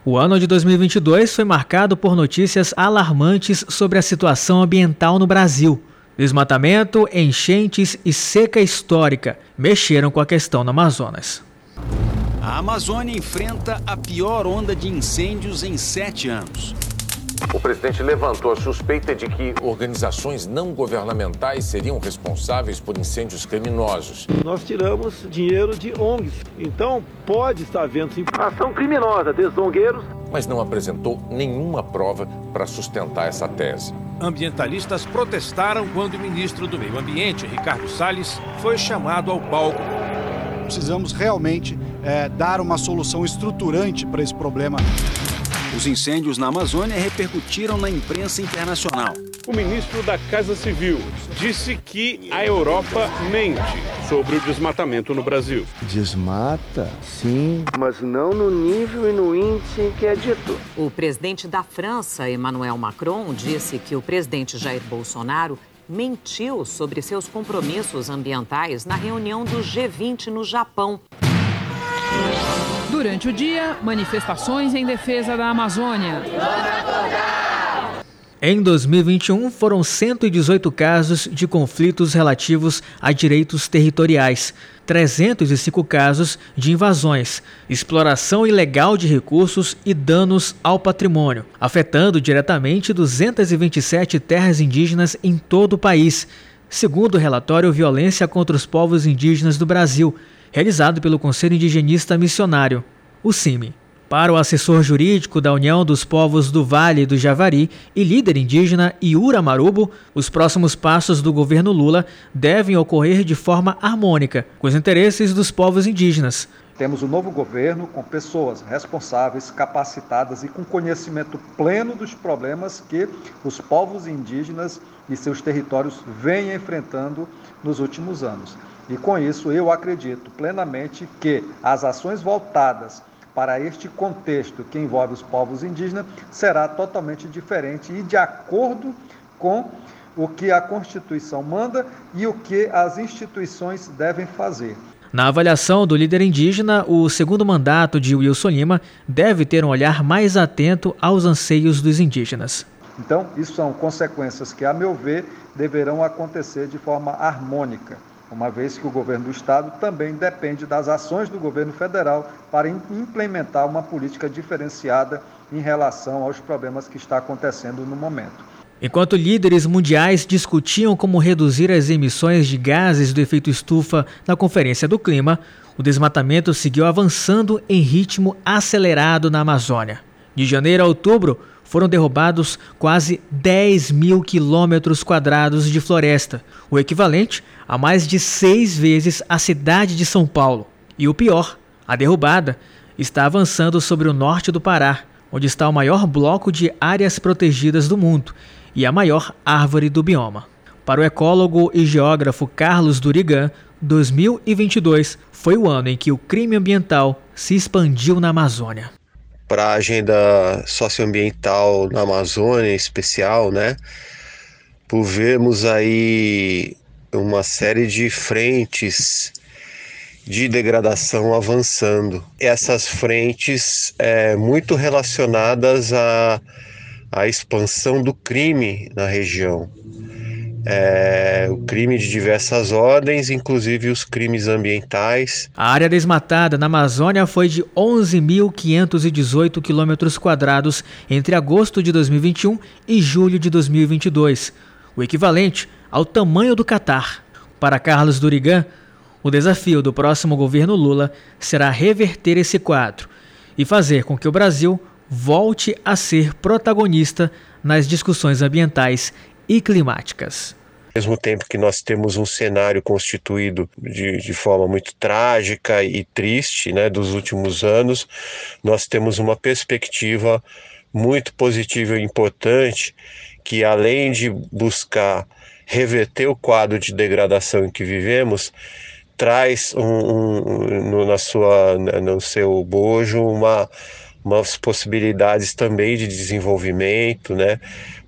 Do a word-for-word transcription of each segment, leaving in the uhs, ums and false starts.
O ano de dois mil e vinte e dois foi marcado por notícias alarmantes sobre a situação ambiental no Brasil. Desmatamento, enchentes e seca histórica mexeram com a questão no Amazonas. A Amazônia enfrenta a pior onda de incêndios em sete anos. O presidente levantou a suspeita de que organizações não governamentais seriam responsáveis por incêndios criminosos. Nós tiramos dinheiro de O N Gs, então pode estar havendo ação criminosa desses zongueiros. Mas não apresentou nenhuma prova para sustentar essa tese. Ambientalistas protestaram quando o ministro do Meio Ambiente, Ricardo Salles, foi chamado ao palco. Precisamos realmente é, dar uma solução estruturante para esse problema. Os incêndios na Amazônia repercutiram na imprensa internacional. O ministro da Casa Civil disse que a Europa mente sobre o desmatamento no Brasil. Desmata, sim, mas não no nível e no índice que é dito. O presidente da França, Emmanuel Macron, disse que o presidente Jair Bolsonaro mentiu sobre seus compromissos ambientais na reunião do G vinte no Japão. Durante o dia, manifestações em defesa da Amazônia. Em dois mil e vinte e um, foram cento e dezoito casos de conflitos relativos a direitos territoriais, trezentos e cinco casos de invasões, exploração ilegal de recursos e danos ao patrimônio, afetando diretamente duzentas e vinte e sete terras indígenas em todo o país, segundo o relatório Violência contra os Povos Indígenas do Brasil, realizado pelo Conselho Indigenista Missionário, o C I M I. Para o assessor jurídico da União dos Povos do Vale do Javari e líder indígena Iura Marubo, os próximos passos do governo Lula devem ocorrer de forma harmônica com os interesses dos povos indígenas. Temos um novo governo com pessoas responsáveis, capacitadas e com conhecimento pleno dos problemas que os povos indígenas e seus territórios vêm enfrentando nos últimos anos. E com isso eu acredito plenamente que as ações voltadas para este contexto que envolve os povos indígenas será totalmente diferente e de acordo com o que a Constituição manda e o que as instituições devem fazer. Na avaliação do líder indígena, o segundo mandato de Wilson Lima deve ter um olhar mais atento aos anseios dos indígenas. Então, isso são consequências que, a meu ver, deverão acontecer de forma harmônica, uma vez que o governo do Estado também depende das ações do governo federal para implementar uma política diferenciada em relação aos problemas que está acontecendo no momento. Enquanto líderes mundiais discutiam como reduzir as emissões de gases do efeito estufa na Conferência do Clima, o desmatamento seguiu avançando em ritmo acelerado na Amazônia. De janeiro a outubro, foram derrubados quase dez mil quilômetros quadrados de floresta, o equivalente a mais de seis vezes a cidade de São Paulo. E o pior, a derrubada está avançando sobre o norte do Pará, onde está o maior bloco de áreas protegidas do mundo e a maior árvore do bioma. Para o ecólogo e geógrafo Carlos Durigan, dois mil e vinte e dois foi o ano em que o crime ambiental se expandiu na Amazônia. Para a agenda socioambiental na Amazônia em especial, né, por vermos aí uma série de frentes de degradação avançando. Essas frentes é, muito relacionadas à, à expansão do crime na região. É, o crime de diversas ordens, inclusive os crimes ambientais. A área desmatada na Amazônia foi de onze mil quinhentos e dezoito quilômetros quadrados entre agosto de dois mil e vinte e um e julho de dois mil e vinte e dois, o equivalente ao tamanho do Catar. Para Carlos Durigan, o desafio do próximo governo Lula será reverter esse quadro e fazer com que o Brasil volte a ser protagonista nas discussões ambientais e climáticas. Ao mesmo tempo que nós temos um cenário constituído de, de forma muito trágica e triste, né, dos últimos anos, nós temos uma perspectiva muito positiva e importante que, além de buscar reverter o quadro de degradação em que vivemos, traz um, um, no, na sua, no seu bojo uma umas possibilidades também de desenvolvimento, né,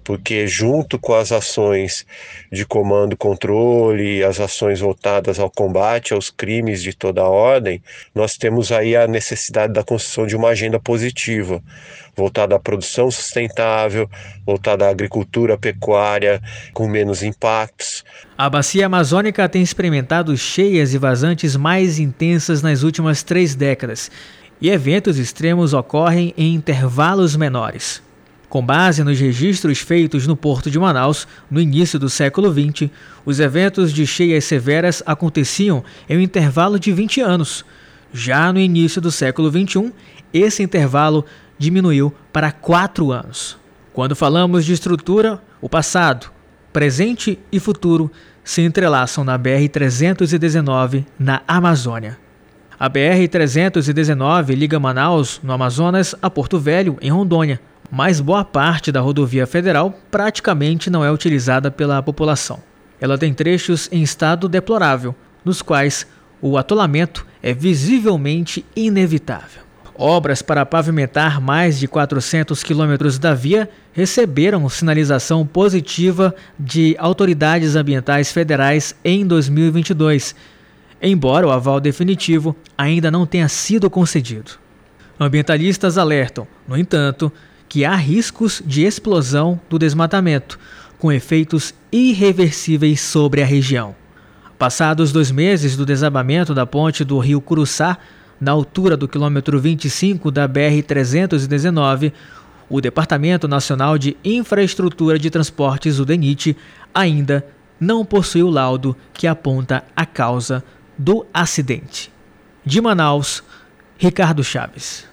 porque junto com as ações de comando e controle, as ações voltadas ao combate aos crimes de toda a ordem, nós temos aí a necessidade da construção de uma agenda positiva, voltada à produção sustentável, voltada à agricultura, pecuária, com menos impactos. A bacia amazônica tem experimentado cheias e vazantes mais intensas nas últimas três décadas, e eventos extremos ocorrem em intervalos menores. Com base nos registros feitos no Porto de Manaus, no início do século vinte, os eventos de cheias severas aconteciam em um intervalo de vinte anos. Já no início do século vinte e um, esse intervalo diminuiu para quatro anos. Quando falamos de estrutura, o passado, presente e futuro se entrelaçam na B R trezentos e dezenove, na Amazônia. A B R trezentos e dezenove liga Manaus, no Amazonas, a Porto Velho, em Rondônia, mas boa parte da rodovia federal praticamente não é utilizada pela população. Ela tem trechos em estado deplorável, nos quais o atolamento é visivelmente inevitável. Obras para pavimentar mais de quatrocentos quilômetros da via receberam sinalização positiva de autoridades ambientais federais em dois mil e vinte e dois, embora o aval definitivo ainda não tenha sido concedido. Ambientalistas alertam, no entanto, que há riscos de explosão do desmatamento, com efeitos irreversíveis sobre a região. Passados dois meses do desabamento da ponte do rio Curuçá, na altura do quilômetro vinte e cinco da B R trezentos e dezenove, o Departamento Nacional de Infraestrutura de Transportes, o DENIT, ainda não possui o laudo que aponta a causa do acidente. De Manaus, Ricardo Chaves.